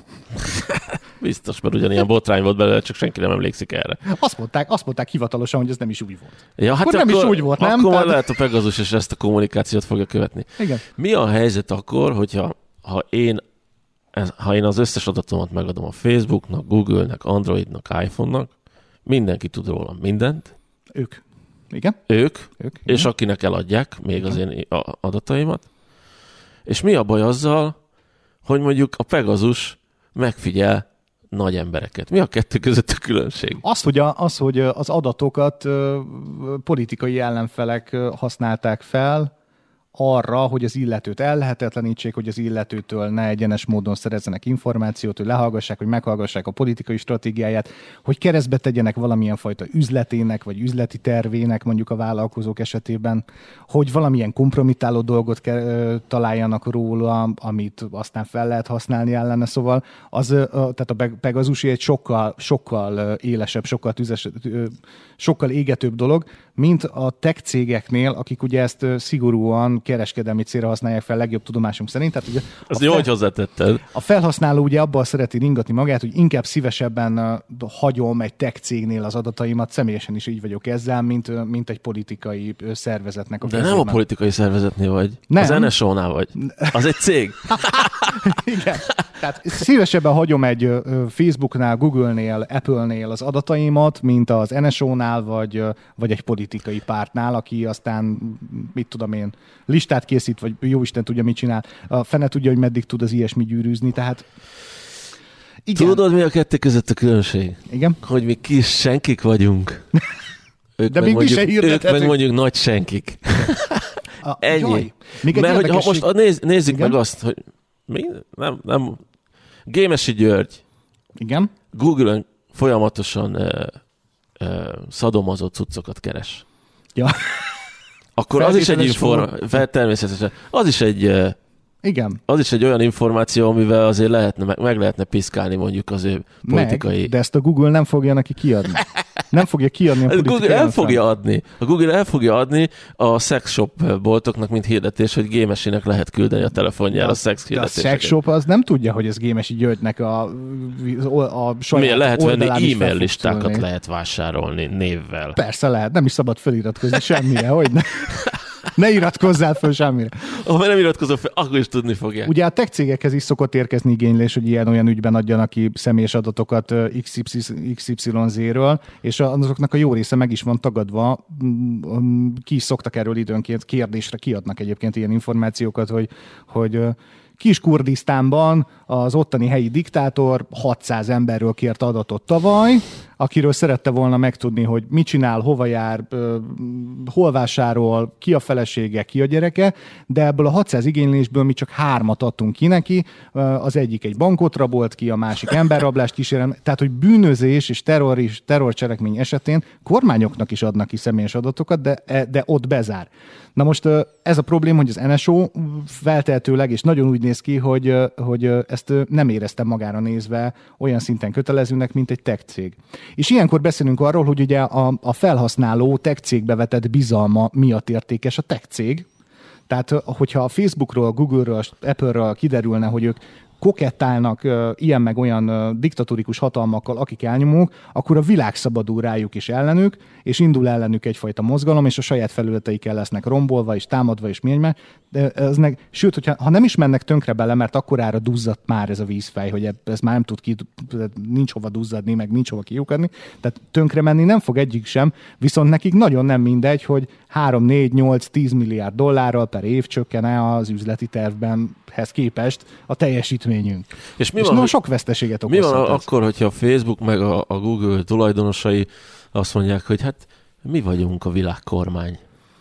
Biztos, mert ugyanilyen botrány volt belőle, csak senki nem emlékszik erre. Azt mondták, azt mondták hivatalosan, hogy ez nem is úgy volt. Ja, hát akkor nem akkor, is úgy volt, nem? Akkor Tehát... lehet a Pegasus és ezt a kommunikációt fogja követni. Igen. Mi a helyzet akkor, hogyha ha én, ha én az összes adatomat megadom a Facebooknak, Google-nek, Androidnak, iPhone-nak, mindenki tud rólam mindent. Ők. Igen. Ők, ők és igen. akinek eladják még igen. az én adataimat. És mi a baj azzal, hogy mondjuk a Pegasus megfigyel nagy embereket? Mi a kettő között a különbség? Az, hogy, a, az, hogy az adatokat ö, politikai ellenfelek ö, használták fel arra, hogy az illetőt ellehetetlenítsék, hogy az illetőtől ne egyenes módon szerezzenek információt, hogy lehallgassák, hogy meghallgassák a politikai stratégiáját, hogy keresztbe tegyenek valamilyen fajta üzletének, vagy üzleti tervének mondjuk a vállalkozók esetében, hogy valamilyen kompromittáló dolgot ke- találjanak róla, amit aztán fel lehet használni ellene. Szóval az, tehát a Pegasusi egy sokkal, sokkal élesebb, sokkal tüzes, sokkal égetőbb dolog, mint a tech cégeknél, akik ugye ezt szigorúan kereskedelmi célra használják fel legjobb tudomásunk szerint. Tehát ugye az jó, hogy hozzátetted. A felhasználó ugye abban szereti ringatni magát, hogy inkább szívesebben uh, hagyom egy tech cégnél az adataimat, személyesen is így vagyok ezzel, mint, uh, mint egy politikai uh, szervezetnek a De kezében. nem a politikai szervezetnél vagy. Nem. Az en es o-nál vagy. Az egy cég. Igen. Tehát szívesebben hagyom egy uh, Facebooknál, Google-nél, Apple-nél az adataimat, mint az en es o-nál, vagy, uh, vagy egy politikai pártnál, aki aztán, mit tudom én, listát készít, vagy jó Isten tudja, mit csinál. A fene tudja, hogy meddig tud az ilyesmi gyűrűzni, tehát igen. Tudod, mi a kettő között a különbség? Igen. Hogy mi kis senkik vagyunk. Ők de még mi se Ők meg mondjuk nagy senkik. A, Ennyi. Jaj, még egy Mert hogy ha érdekesség... most néz, nézzük igen? meg azt, hogy mi? Nem, nem. Gémesi György. Igen. Google-ön folyamatosan uh, uh, szadomazott cuccokat keres. Ja. Akkor az is egy információ, természetesen, az is egy, uh, igen. az is egy olyan információ, amivel azért lehetne, meg, meg lehetne piszkálni mondjuk az ő politikai... Meg, de ezt a Google nem fogja neki kiadni. Nem fogja kiadni a politikai... Google el fogja adni. A Google el fogja adni a sex shop boltoknak, mint hirdetés, hogy Gémesinek lehet küldeni a telefonjára a szex hirdetéseket. A sex shop az nem tudja, hogy ez Gémesi Györgynek a, a saját Milyen lehet venni, e-mail fel listákat lehet vásárolni névvel. Persze lehet, nem is szabad feliratkozni semmire, hogy ne. Ne iratkozzál fel semmire. Ha nem iratkozol fel, akkor is tudni fogják. Ugye a tech cégekhez is szokott érkezni igénylés, hogy ilyen-olyan ügyben adjanak ki személyes adatokat iksz ipszilon zé-ről, és azoknak a jó része meg is van tagadva. Ki is szoktak erről időnként kérdésre, kiadnak egyébként ilyen információkat, hogy, hogy Kis-Kurdisztánban az ottani helyi diktátor hatszáz emberről kért adatot tavaly, akiről szerette volna megtudni, hogy mit csinál, hova jár, hol vásárol, ki a felesége, ki a gyereke, de ebből a hatszáz igénylésből mi csak hármat adtunk ki neki, az egyik egy bankot rabolt ki, a másik emberrablást kísérem, tehát hogy bűnözés és terror és terrorcselekmény esetén kormányoknak is adnak ki személyes adatokat, de, de ott bezár. Na most ez a probléma, hogy az en es o feltehetőleg, és nagyon úgy néz ki, hogy, hogy ezt nem éreztem magára nézve olyan szinten kötelezőnek, mint egy tech cég. És ilyenkor beszélünk arról, hogy ugye a, a felhasználó tech cégbe vetett bizalma miatt értékes a tech cég. Tehát, hogyha a Facebookról, a Google-ről, a Apple-ről kiderülne, hogy ők kokettálnak uh, ilyen meg olyan uh, diktatórikus hatalmakkal, akik elnyomók, akkor a világ szabadul rájuk is ellenük, és indul ellenük egyfajta mozgalom, és a saját felületeikkel lesznek rombolva, és támadva, és mi egymás. De ez meg, sőt, hogyha, ha nem is mennek tönkre bele, mert akkorára duzzadt már ez a vízfej, hogy ez már nem tud ki, nincs hova duzzadni, meg nincs hova kiukadni, tehát tönkre menni nem fog egyik sem, viszont nekik nagyon nem mindegy, hogy három, négy, nyolc, tíz milliárd dollárral per év csökkene az üzleti tervbenhez képest a teljesítményünk. És mi és van, sok veszteséget okozhat. Mi van ez. akkor, hogyha a Facebook meg a, a Google tulajdonosai azt mondják, hogy hát mi vagyunk a világkormány.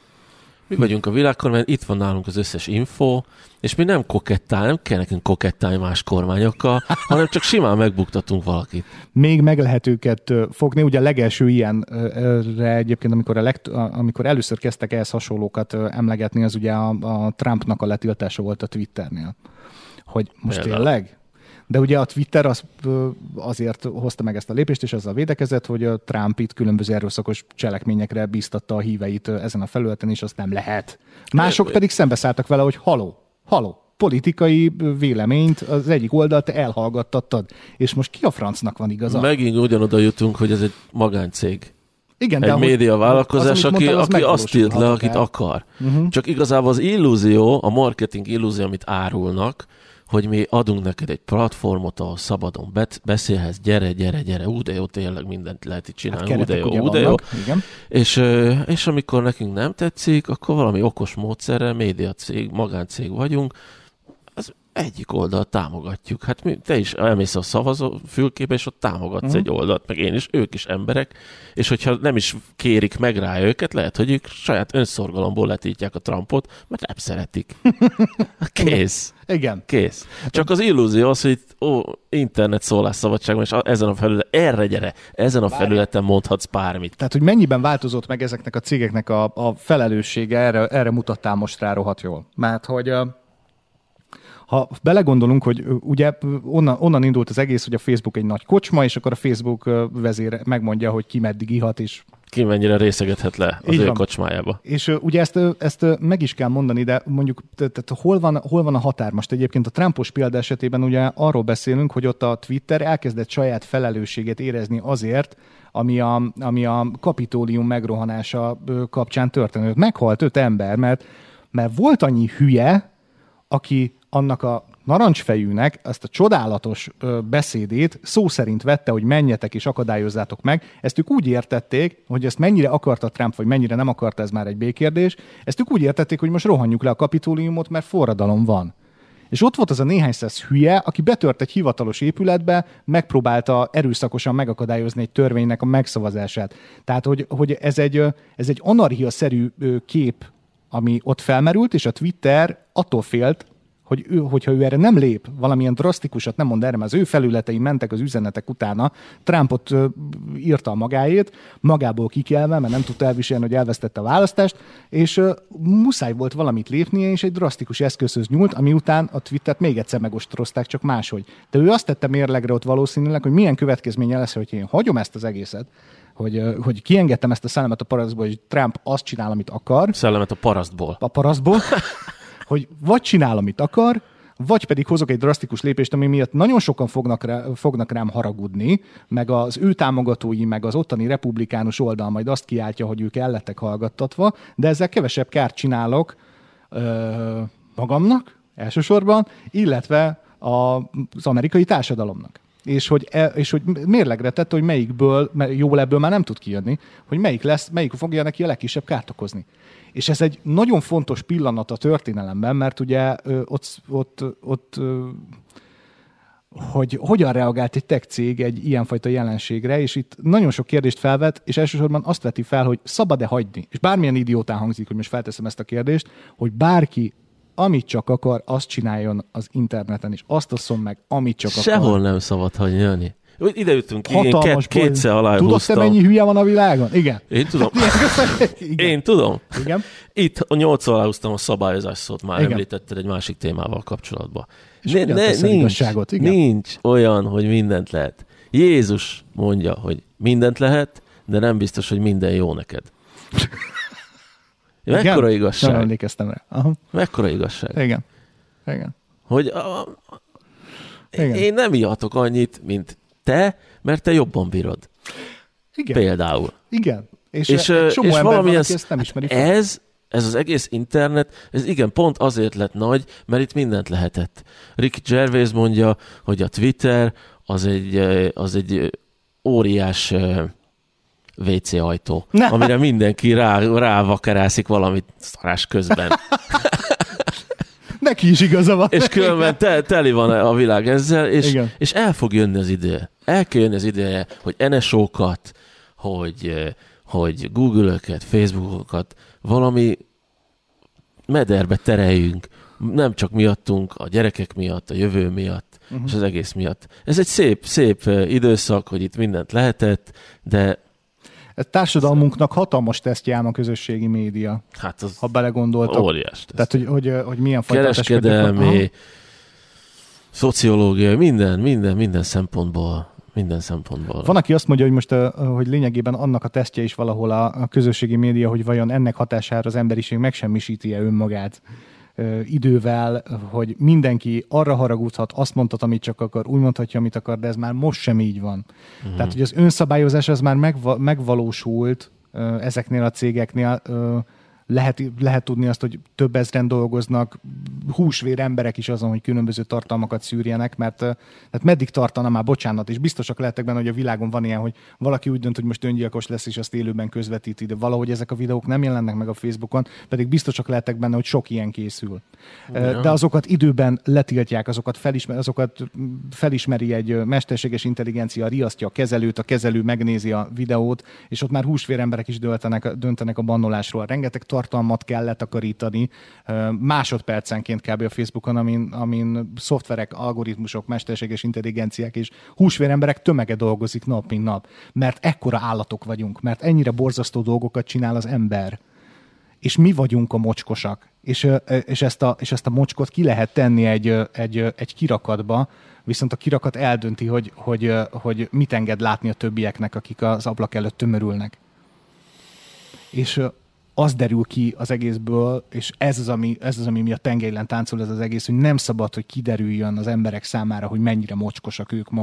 Mi vagyunk a világkormány, itt van nálunk az összes info, és mi nem kokettál, nem kell nekünk kokettálni más kormányokkal, hanem csak simán megbuktatunk valakit. Még meg lehet őket fogni. Ugye a legelső ilyenre egyébként, amikor, a legt- amikor először kezdtek ehhez hasonlókat emlegetni, az ugye a, a Trumpnak a letiltása volt a Twitternél. Hogy most Például. tényleg? De ugye a Twitter az, azért hozta meg ezt a lépést, és azzal védekezett, hogy a Trump itt különböző erőszakos cselekményekre bíztatta a híveit ezen a felületen, és azt nem lehet. Mások pedig szembeszálltak vele, hogy haló, haló, politikai véleményt az egyik oldalt te elhallgattattad, és most ki a francnak van igaza? Megint ugyanoda jutunk, hogy ez egy magáncég. Igen, egy de média vállalkozás, aki, mondtál, aki azt írt le, akit el. akar. Uh-huh. Csak igazából az illúzió, a marketing illúzió, amit árulnak, hogy mi adunk neked egy platformot, ahol szabadon bet- beszélhetsz, gyere, gyere, gyere, ú, de jó, tényleg mindent lehet itt csinálni, hát ú, de jó, ú, de jó. És, és amikor nekünk nem tetszik, akkor valami okos módszerrel, médiacég, magáncég vagyunk, az egyik oldalt támogatjuk. Hát mi, te is elmész a szavazó fülkébe, és ott támogatsz uh-huh. egy oldalt, meg én is, ők is emberek, és hogyha nem is kérik meg rá őket, lehet, hogy ők saját önszorgalomból letítják a Trumpot, mert nem szeretik. Kész. Igen. Kész. Csak az illúzió az, hogy ó, internet szólásszabadság van, és ezen a felületen, erre gyere, ezen a felületen mondhatsz bármit. Tehát, hogy mennyiben változott meg ezeknek a cégeknek a, a felelőssége, erre, erre mutattál most rá rohadt jól. Mert hogy ha belegondolunk, hogy ugye onnan, onnan indult az egész, hogy a Facebook egy nagy kocsma, és akkor a Facebook vezére megmondja, hogy ki meddig ihat, és ki mennyire részegethet le az ő kocsmájába. És ugye ezt, ezt meg is kell mondani, de mondjuk tehát hol, van, hol van a határ? Most egyébként a Trumpos példa esetében ugye arról beszélünk, hogy ott a Twitter elkezdett saját felelősséget érezni azért, ami a, ami a Kapitólium megrohanása kapcsán történt. Meghalt öt ember, mert, mert volt annyi hülye, aki annak a narancsfejűnek ezt a csodálatos ö, beszédét szó szerint vette, hogy menjetek és akadályozzátok meg. Ezt ők úgy értették, hogy ezt mennyire akarta Trump, vagy mennyire nem akarta, ez már egy B-kérdés. Ezt ők úgy értették, hogy most rohanjuk le a Kapitóliumot, mert forradalom van. És ott volt az a néhány száz hülye, aki betört egy hivatalos épületbe, megpróbálta erőszakosan megakadályozni egy törvénynek a megszavazását. Tehát, hogy, hogy ez egy, ez egy anarchia-szerű kép, ami ott felmerült, és a Twitter attól félt, hogy ő, hogyha ő erre nem lép, valamilyen drasztikusat nem mond erre, mert az ő felületein mentek az üzenetek utána, Trumpot ö, írta a magáét, magából kikelve, mert nem tudta elviselni, hogy elvesztette a választást, és ö, muszáj volt valamit lépnie, és egy drasztikus eszközhöz nyúlt, ami után a Twittert még egyszer megostrozták, csak máshogy. De ő azt tette mérlegre ott valószínűleg, hogy milyen következménye lesz, hogy én hagyom ezt az egészet, hogy, hogy kiengedtem ezt a szellemet a parasztból, hogy Trump azt csinál, amit akar. Szellemet a parasztból. A parasztból. Hogy vagy csinál, amit akar, vagy pedig hozok egy drasztikus lépést, ami miatt nagyon sokan fognak, rá, fognak rám haragudni, meg az ő támogatói, meg az ottani republikánus oldal majd azt kiáltja, hogy ők el lettek hallgattatva, de ezzel kevesebb kárt csinálok ö, magamnak elsősorban, illetve a, az amerikai társadalomnak. És hogy, e, és hogy mérlegre tette, hogy melyikből, jól ebből már nem tud kijönni, hogy melyik lesz, melyik fogja neki a legkisebb kárt okozni. És ez egy nagyon fontos pillanat a történelemben, mert ugye ott, ott, ott hogy hogyan reagált egy tech cég egy ilyenfajta jelenségre, és itt nagyon sok kérdést felvet, és elsősorban azt veti fel, hogy szabad-e hagyni. És bármilyen idiótán hangzik, hogy most felteszem ezt a kérdést, hogy bárki, amit csak akar, azt csináljon az interneten, és azt osszon meg, amit csak Sehol akar. Sehol nem szabad hagyni, Jani. Ide jutunk, én két, kétszer aláhúztam. Tudod te, mennyi hülye van a világon? Igen. Én tudom. Igen. Én tudom. Igen. Itt a nyolc aláhúztam a szabályozás szót, már igen. Említetted egy másik témával kapcsolatban. Ne, ne, nincs, nincs olyan, hogy mindent lehet. Jézus mondja, hogy mindent lehet, de nem biztos, hogy minden jó neked. Mekkora igazság? Nem emlékeztem rá. Aha. Mekkora igazság? Igen. Igen. Hogy a, a, Igen. Én nem ihatok annyit, mint te, mert te jobban bírod. Igen. Például. Igen. És, és, és és valamilyen ezt nem ismeri fel. Ez, ez az egész internet, ez igen, pont azért lett nagy, mert itt mindent lehetett. Ricky Gervais mondja, hogy a Twitter az egy, az egy óriás vé cé ajtó, ne. amire mindenki rá, rávakerászik valamit szarás közben. Neki is igaza van. És különben te, teli van a világ ezzel, és, és el fog jönni az ideje. El kell jönni az ideje, hogy en es ó-kat, hogy, hogy Google-öket, Facebook-okat valami mederbe tereljünk. Nem csak miattunk, a gyerekek miatt, a jövő miatt, uh-huh. és az egész miatt. Ez egy szép, szép időszak, hogy itt mindent lehetett, de ez társadalmunknak hatalmas tesztje ám a közösségi média. Hát az ha belegondoltak. Óriás. Tehát, hogy, hogy, hogy milyen fajta kereskedelmi, szociológiai, minden, minden, minden szempontból. Minden szempontból. Van, aki azt mondja, hogy most hogy lényegében annak a tesztje is valahol a közösségi média, hogy vajon ennek hatására az emberiség megsemmisíti-e önmagát idővel, hogy mindenki arra haragudhat, azt mondhat, amit csak akar, úgy mondhatja, amit akar, de ez már most sem így van. Uh-huh. Tehát, hogy az önszabályozás az már megva- megvalósult ezeknél a cégeknél. Lehet, lehet tudni azt, hogy több ezren dolgoznak, húsvér emberek is azon, hogy különböző tartalmakat szűrjenek, mert hát meddig tartana már, bocsánat, és biztosak lehetek benne, hogy a világon van ilyen, hogy valaki úgy dönt, hogy most öngyilkos lesz, és azt élőben közvetíti, de valahogy ezek a videók nem jelennek meg a Facebookon, pedig biztosak lehetek benne, hogy sok ilyen készül. Ja. De azokat időben letiltják, azokat, felismer, azokat felismeri egy mesterséges intelligencia, riasztja a kezelőt, a kezelő megnézi a videót, és ott már húsvér emberek is döntenek, döntenek a bannolásról. Rengeteg tartalmat kell letakarítani másodpercenként kb. A Facebookon, amin, amin szoftverek, algoritmusok, mesterséges intelligenciák és húsvér emberek tömege dolgozik nap, mint nap. Mert ekkora állatok vagyunk, mert ennyire borzasztó dolgokat csinál az ember. És mi vagyunk a mocskosak. És, és, ezt, a, és ezt a mocskot ki lehet tenni egy, egy, egy kirakatba, viszont a kirakat eldönti, hogy, hogy, hogy mit enged látni a többieknek, akik az ablak előtt tömörülnek. És az derül ki az egészből, és ez az, ami, ez az, ami miatt tengelylen táncol ez az egész, hogy nem szabad, hogy kiderüljön az emberek számára, hogy mennyire mocskosak ők maguk.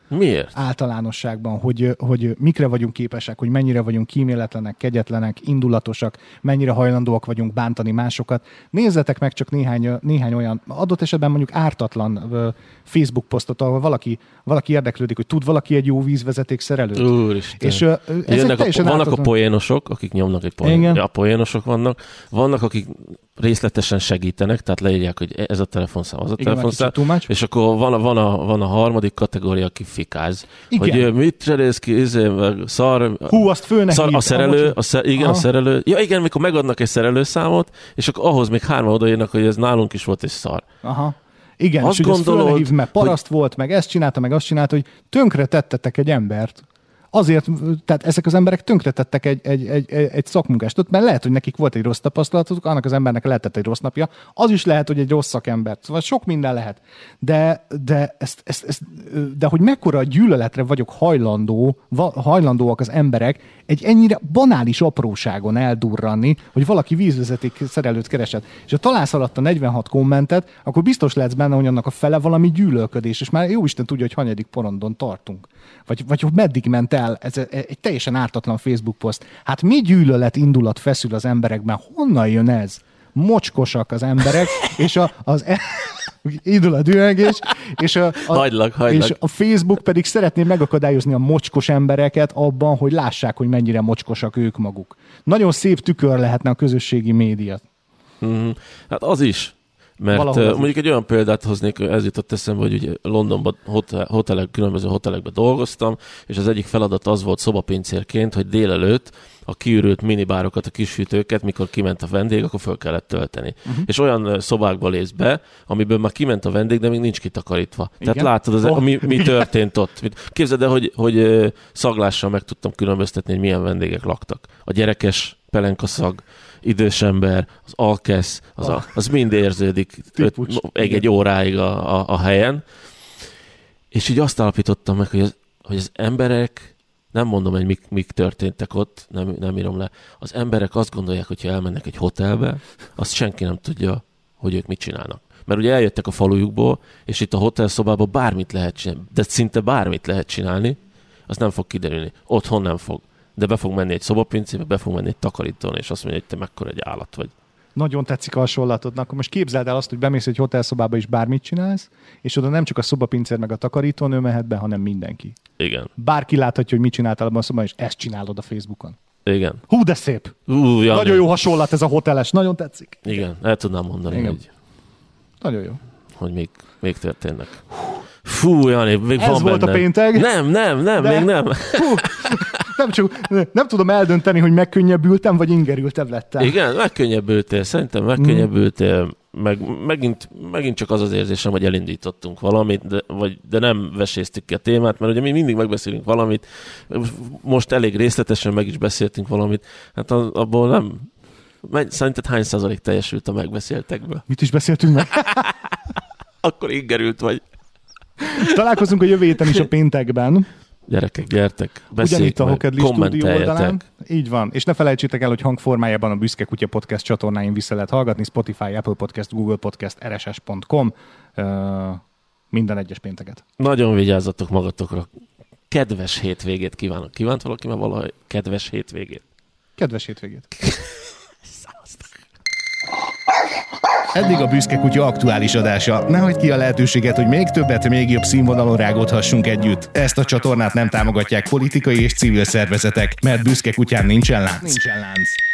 Miért? Általánosságban, hogy, hogy mikre vagyunk képesek, hogy mennyire vagyunk kíméletlenek, kegyetlenek, indulatosak, mennyire hajlandóak vagyunk bántani másokat. Nézzetek meg csak néhány, néhány olyan, adott esetben mondjuk ártatlan Facebook posztot, ahol valaki, valaki érdeklődik, hogy tud valaki egy jó vízvezeték szerelőt. Úristen. És ez egy a, vannak ártatlan... a poénosok, akik nyomnak egy poénosok. Ja, poénosok vannak. Vannak, akik részletesen segítenek, tehát leírják, hogy ez a telefonszám, az a igen, telefonszám, és akkor van a, van, a, van a harmadik kategória, aki fikáz. Igen. Hogy mit cserélsz ki, izé, meg szar... Hú, azt főnek szar, a szerelő, a szer, igen, Aha. a szerelő. Ja, igen, mikor megadnak egy szerelőszámot, és akkor ahhoz még hárman odaírnak, hogy ez nálunk is volt egy szar. Aha. Igen, azt és gondolod, hogy ezt hív, mert paraszt hogy... volt, meg ezt csinálta, meg azt csinálta, hogy tönkre tettetek egy embert. Azért, tehát ezek az emberek tönkretettek egy, egy, egy, egy szakmunkást, mert lehet, hogy nekik volt egy rossz tapasztalatuk, annak az embernek lehetett egy rossz napja, az is lehet, hogy egy rossz szakember, szóval sok minden lehet. De, de, ezt, ezt, ezt, de hogy mekkora gyűlöletre vagyok hajlandó, hajlandóak az emberek egy ennyire banális apróságon eldurranni, hogy valaki vízvezeték szerelőt keresett. És ha találsz alatt a negyvenhat kommentet, akkor biztos lehetsz benne, hogy annak a fele valami gyűlölködés, és már jóisten tudja, hogy hanyadik porondon tartunk. Vagy, vagy hogy meddig ment el, ez egy teljesen ártatlan Facebook poszt. Hát mi gyűlölet indulat feszül az emberekben? Honnan jön ez? Mocskosak az emberek, és a, az e- indul a dühöngés, és a, a, hagylak, hagylak. és a Facebook pedig szeretné megakadályozni a mocskos embereket abban, hogy lássák, hogy mennyire mocskosak ők maguk. Nagyon szép tükör lehetne a közösségi média. Mm, hát az is. Mert uh, mondjuk is. Egy olyan példát hoznék, ez jutott eszembe, hogy ugye Londonban hotel, hotelek, különböző hotelekben dolgoztam, és az egyik feladat az volt szobapincérként, hogy délelőtt a kiürült minibárokat, a kisütőket, mikor kiment a vendég, akkor föl kellett tölteni. Uh-huh. És olyan szobákba lész be, amiből már kiment a vendég, de még nincs kitakarítva. Igen? Tehát látod, az, oh. mi, mi történt ott. Képzeld el, hogy, hogy szaglással meg tudtam különböztetni, hogy milyen vendégek laktak. A gyerekes pelenkaszag, idős ember, az alkesz, az, a, az mind érződik öt, egy, egy óráig a, a, a helyen. És így azt állapítottam meg, hogy az, hogy az emberek, nem mondom, hogy mik, mik történtek ott, nem, nem írom le, az emberek azt gondolják, hogyha elmennek egy hotelbe, azt senki nem tudja, hogy ők mit csinálnak. Mert ugye eljöttek a falujukból, és itt a hotelszobában bármit lehet csinálni, de szinte bármit lehet csinálni, az nem fog kiderülni. Otthon nem fog. De be fog menni egy szobapincébe, be fog menni egy takarítón, és azt mondja, hogy te mekkora egy állat vagy. Nagyon tetszik a hasonlatodnak. Akkor most képzeld el azt, hogy bemész egy hotelszobába és bármit csinálsz, és oda nem csak a szobapincér meg a takarítónő mehet be, hanem mindenki. Igen. Bárki láthatja, hogy mit csináltál abban a szobában, és ezt csinálod a Facebookon. Igen. Hú, de szép! Ú, nagyon jó hasonlat ez a hoteles, nagyon tetszik. Igen, el tudnám mondani, Igen. hogy... Nagyon jó. Hogy még, még történnek. Fú, Jani, még ez van volt benne. A péntek. Nem, nem, nem, de... még nem. Fú, nem, csak, nem tudom eldönteni, hogy megkönnyebbültem, vagy ingerültebb lettem. Igen, megkönnyebbültél, szerintem megkönnyebbültél, meg megint, megint csak az az érzésem, hogy elindítottunk valamit, de, vagy, de nem veséztük ki a témát, mert ugye mi mindig megbeszélünk valamit, most elég részletesen meg is beszéltünk valamit, hát abból nem... Szerinted hány százalék teljesült a megbeszéltekből? Mit is beszéltünk meg? Akkor ingerült vagy. Találkozunk a jövő héten is a péntekben. Gyerekek, gyertek, beszéljük meg, kommenteljetek. Így van. És ne felejtsétek el, hogy hangformájában a Büszke Kutya Podcast csatornáin vissza lehet hallgatni, Spotify, Apple Podcast, Google Podcast, er es es pont com, uh, minden egyes pénteket. Nagyon vigyázzatok magatokra. Kedves hétvégét kívánok. Kívánt valaki már valahogy kedves hétvégét? Kedves hétvégét. Eddig a Büszke Kutya aktuális adása. Ne hagyd ki a lehetőséget, hogy még többet, még jobb színvonalon rágódhassunk együtt. Ezt a csatornát nem támogatják politikai és civil szervezetek, mert Büszke Kutyán nincsen lánc. Nincsen lánc.